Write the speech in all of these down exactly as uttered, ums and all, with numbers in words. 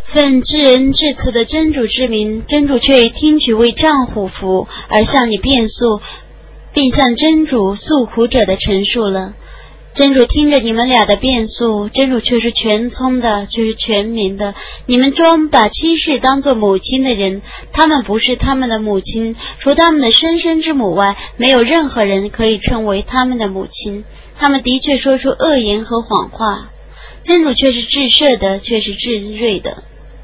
奉至恩至慈的真主之名，真主却听取为丈夫服而向你辩诉，并向真主诉苦者的陈述了。真主听着你们俩的辩诉，真主却是全聪的，却是全明的。你们中把妻室当作母亲的人，他们不是他们的母亲，除他们的生身之母外，没有任何人可以称为他们的母亲。他们的确说出恶言和谎话，真主却是至赦的，却是至睿的。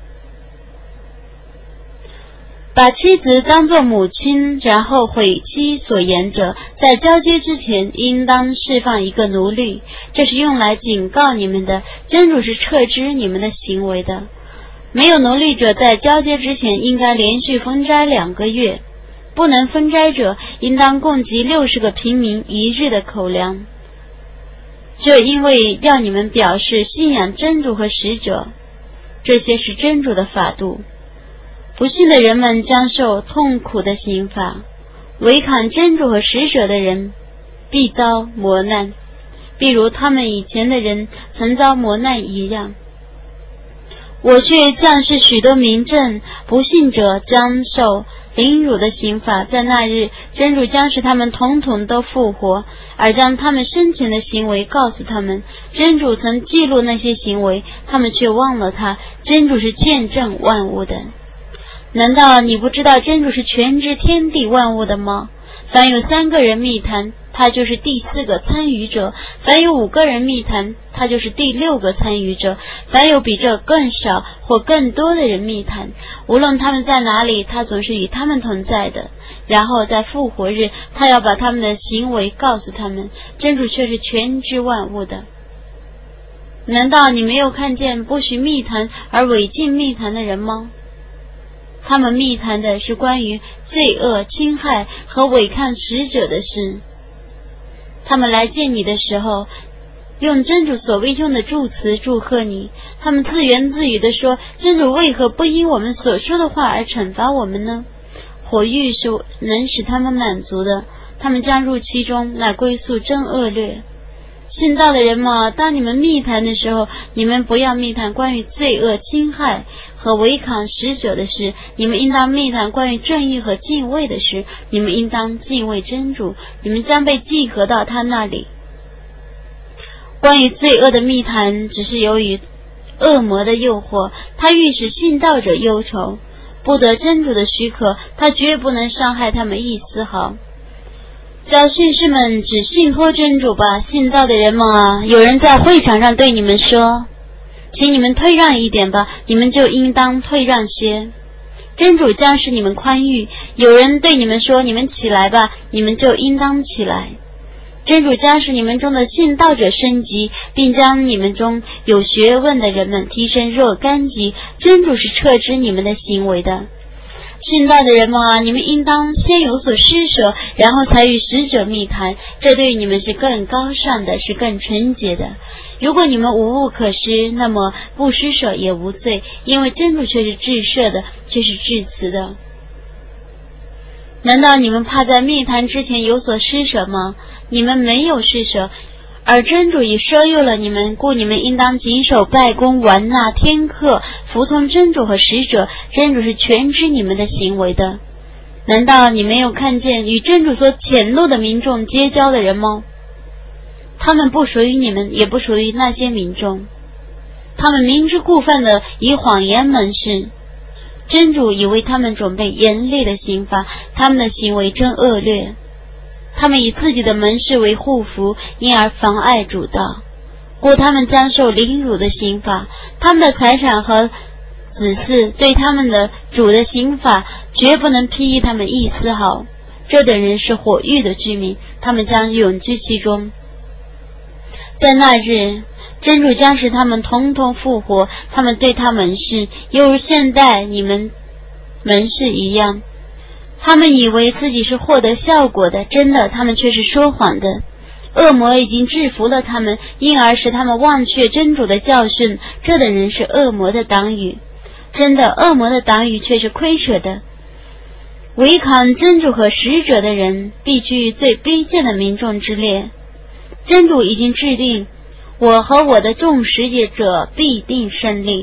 把妻子当作母亲，然后毁妻所言者，在交接之前应当释放一个奴隶，这是用来警告你们的，真主是撤知你们的行为的。没有奴隶者在交接之前应该连续分斋两个月，不能分斋者应当供给六十个平民一日的口粮。这因为要你们表示信仰真主和使者，这些是真主的法度。不信的人们将受痛苦的刑罚，违抗真主和使者的人必遭磨难，比如他们以前的人曾遭磨难一样。我却降示许多明证，不信者将受凌辱的刑罚。在那日，真主将使他们统统都复活，而将他们生前的行为告诉他们。真主曾记录那些行为，他们却忘了他。真主是见证万物的。难道你不知道真主是全知天地万物的吗？凡有三个人密谈，他就是第四个参与者；凡有五个人密谈，他就是第六个参与者；凡有比这更少或更多的人密谈，无论他们在哪里，他总是与他们同在的。然后在复活日，他要把他们的行为告诉他们。真主却是全知万物的。难道你没有看见不许密谈而违禁密谈的人吗？他们密谈的是关于罪恶、侵害和违抗使者的事。他们来见你的时候，用真主所未用的祝词祝贺你。他们自言自语地说，真主为何不因我们所说的话而惩罚我们呢？火狱是能使他们满足的，他们将入其中，乃归宿真恶劣。信道的人嘛，当你们密谈的时候，你们不要密谈关于罪恶、侵害和违抗使者的事，你们应当密谈关于正义和敬畏的事。你们应当敬畏真主，你们将被集合到他那里。关于罪恶的密谈，只是由于恶魔的诱惑，他欲使信道者忧愁，不得真主的许可，他绝不能伤害他们一丝毫。叫信士们只信托真主吧，信道的人们啊，有人在会场上对你们说，请你们退让一点吧，你们就应当退让些，真主将使你们宽裕。有人对你们说，你们起来吧，你们就应当起来。真主将使你们中的信道者升级，并将你们中有学问的人们提升若干级。真主是撤知你们的行为的。信道的人们啊，你们应当先有所施舍，然后才与使者密谈，这对于你们是更高尚的，是更纯洁的。如果你们无物可施，那么不施舍也无罪，因为真主却是至赦的，却是至慈的。难道你们怕在密谈之前有所施舍吗？你们没有施舍，而真主已赦宥了你们，故你们应当谨守拜功、完纳天课，服从真主和使者。真主是全知你们的行为的。难道你没有看见与真主所谴怒的民众结交的人吗？他们不属于你们，也不属于那些民众。他们明知故犯的以谎言盟誓，真主已为他们准备严厉的刑罚，他们的行为真恶劣。他们以自己的门市为护符，因而妨碍主道，故他们将受凌辱的刑罚。他们的财产和子嗣对他们的主的刑罚绝不能裨益他们一丝毫。这等人是火狱的居民，他们将永居其中。在那日，真主将使他们统统复活，他们对他们是犹如现代你们门市一样。他们以为自己是获得效果的，真的他们却是说谎的。恶魔已经制服了他们，因而使他们忘却真主的教训。这等人是恶魔的党羽，真的恶魔的党羽却是亏舍的。违抗真主和使者的人必居最卑贱的民众之列。真主已经制定，我和我的众使者必定胜利。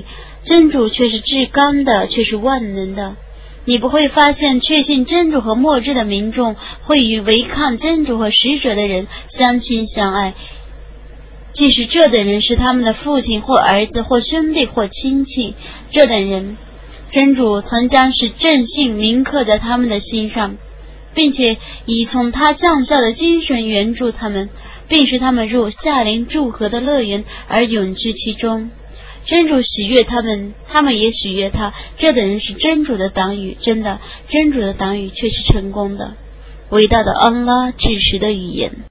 真主却是至刚的，却是万能的。你不会发现确信真主和末日的民众会与违抗真主和使者的人相亲相爱，即使这等人是他们的父亲或儿子或兄弟或亲戚，这等人真主曾将使正信铭刻在他们的心上，并且以从他降下的精神援助他们，并使他们入夏林祝贺的乐园而永居其中。真主喜悦他们，他们也喜悦他，这等人是真主的党羽，真的，真主的党羽却是成功的。伟大的安拉至实的语言。